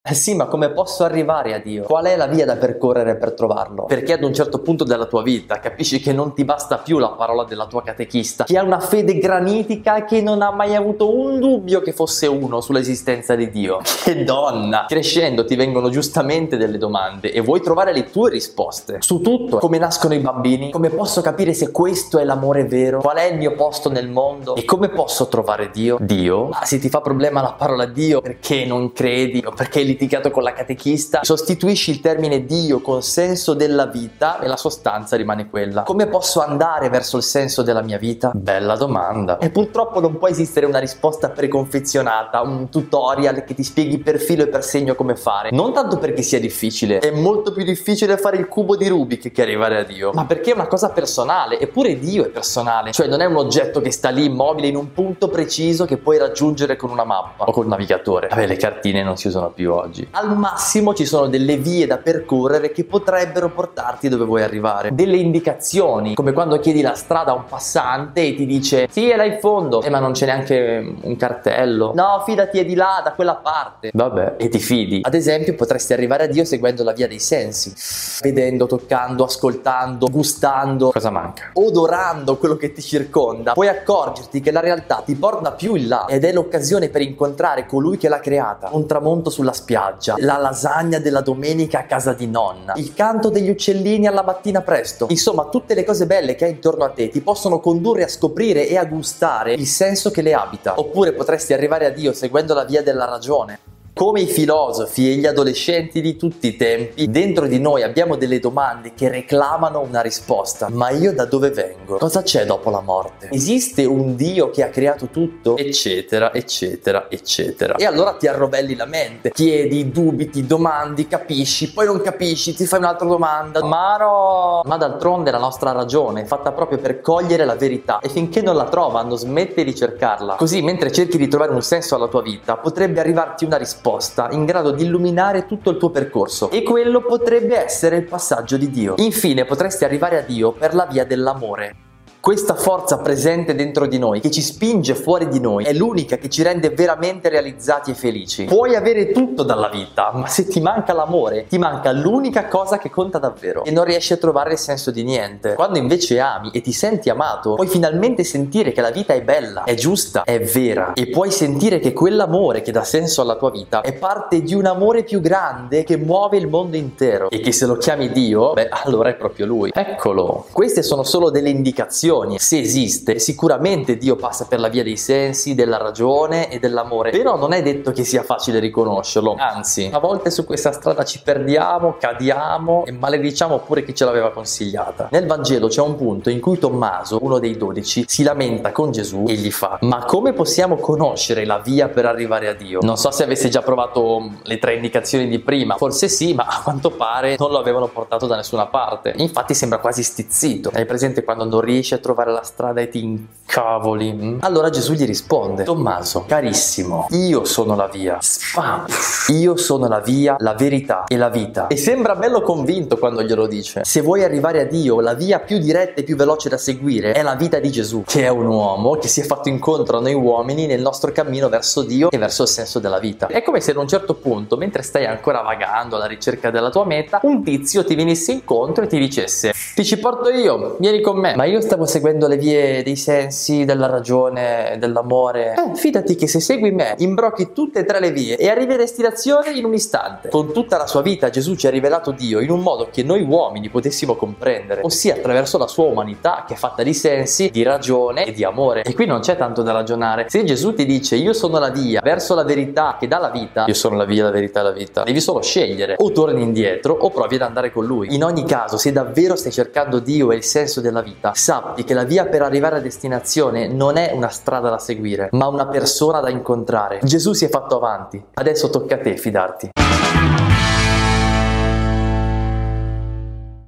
Eh sì, ma come posso arrivare a Dio? Qual è la via da percorrere per trovarlo? Perché ad un certo punto della tua vita capisci che non ti basta più la parola della tua catechista, che ha una fede granitica e che non ha mai avuto un dubbio che fosse uno sull'esistenza di Dio. Che donna! Crescendo ti vengono giustamente delle domande e vuoi trovare le tue risposte. Su tutto, come nascono i bambini, come posso capire se questo è l'amore vero, qual è il mio posto nel mondo e come posso trovare Dio? Dio? Ma se ti fa problema la parola Dio perché non credi o perché hai litigato con la catechista, sostituisci il termine Dio con senso della vita e la sostanza rimane quella. Come posso andare verso il senso della mia vita? Bella domanda. E purtroppo non può esistere una risposta preconfezionata, un tutorial che ti spieghi per filo e per segno come fare. Non tanto perché sia difficile, è molto più difficile fare il cubo di Rubik che arrivare a Dio, ma perché è una cosa personale, eppure Dio è personale, cioè non è un oggetto che sta lì immobile in un punto preciso che puoi raggiungere con una mappa o col navigatore. Vabbè, le cartine non si usano più oggi. Al massimo ci sono delle vie da percorrere che potrebbero portarti dove vuoi arrivare, delle indicazioni, come quando chiedi la strada a un passante e ti dice sì, è là in fondo, ma non c'è neanche un cartello, no, fidati, è di là, da quella parte, vabbè, e ti fidi. Ad esempio potresti arrivare a Dio seguendo la via dei sensi, vedendo, toccando, ascoltando, gustando, cosa manca? Odorando quello che ti circonda. Puoi accorgerti che la realtà ti porta più in là ed è l'occasione per incontrare colui che l'ha creata, un tramonto sulla spiaggia, la lasagna della domenica a casa di nonna, il canto degli uccellini alla mattina presto. Insomma, tutte le cose belle che hai intorno a te ti possono condurre a scoprire e a gustare il senso che le abita. Oppure potresti arrivare a Dio seguendo la via della ragione. Come i filosofi e gli adolescenti di tutti i tempi, dentro di noi abbiamo delle domande che reclamano una risposta. Ma io da dove vengo? Cosa c'è dopo la morte? Esiste un Dio che ha creato tutto? Eccetera, eccetera, eccetera. E allora ti arrovelli la mente, chiedi, dubiti, domandi, capisci, poi non capisci, ti fai un'altra domanda. Ma no! Ma d'altronde la nostra ragione è fatta proprio per cogliere la verità e finché non la trova, non smette di cercarla. Così, mentre cerchi di trovare un senso alla tua vita, potrebbe arrivarti una risposta in grado di illuminare tutto il tuo percorso, e quello potrebbe essere il passaggio di Dio. Infine potresti arrivare a Dio per la via dell'amore. Questa forza presente dentro di noi, che ci spinge fuori di noi, è l'unica che ci rende veramente realizzati e felici. Puoi avere tutto dalla vita, ma se ti manca l'amore, ti manca l'unica cosa che conta davvero e non riesci a trovare il senso di niente. Quando invece ami e ti senti amato, puoi finalmente sentire che la vita è bella, è giusta, è vera, e puoi sentire che quell'amore che dà senso alla tua vita è parte di un amore più grande che muove il mondo intero, e che se lo chiami Dio, beh, allora è proprio Lui. Eccolo. Queste sono solo delle indicazioni. Se esiste, sicuramente Dio passa per la via dei sensi, della ragione e dell'amore, però non è detto che sia facile riconoscerlo, anzi, a volte su questa strada ci perdiamo, cadiamo e malediciamo pure chi ce l'aveva consigliata. Nel Vangelo c'è un punto in cui Tommaso, uno dei 12, si lamenta con Gesù e gli fa: ma come possiamo conoscere la via per arrivare a Dio? Non so se avesse già provato le 3 indicazioni di prima, forse sì, ma a quanto pare non lo avevano portato da nessuna parte. Infatti sembra quasi stizzito. Hai presente quando non riesci a trovare la strada e ti incavoli? Allora Gesù gli risponde: Tommaso, carissimo, io sono la via. Spam! Io sono la via, la verità e la vita. E sembra bello convinto quando glielo dice. Se vuoi arrivare a Dio, la via più diretta e più veloce da seguire è la vita di Gesù, che è un uomo che si è fatto incontro a noi uomini nel nostro cammino verso Dio e verso il senso della vita. È come se ad un certo punto, mentre stai ancora vagando alla ricerca della tua meta, un tizio ti venisse incontro e ti dicesse: ti ci porto io, vieni con me. Ma io stavo seguendo le vie dei sensi, della ragione, dell'amore. Fidati che se segui me imbrocchi tutte e 3 le vie e arrivi a destinazione in un istante. Con tutta la sua vita Gesù ci ha rivelato Dio in un modo che noi uomini potessimo comprendere, ossia attraverso la sua umanità che è fatta di sensi, di ragione e di amore. E qui non c'è tanto da ragionare. Se Gesù ti dice io sono la via verso la verità che dà la vita, io sono la via, la verità e la vita, devi solo scegliere: o torni indietro o provi ad andare con Lui. In ogni caso, se davvero stai cercando Dio e il senso della vita, sappi che la via per arrivare a destinazione non è una strada da seguire, ma una persona da incontrare. Gesù si è fatto avanti, adesso tocca a te fidarti.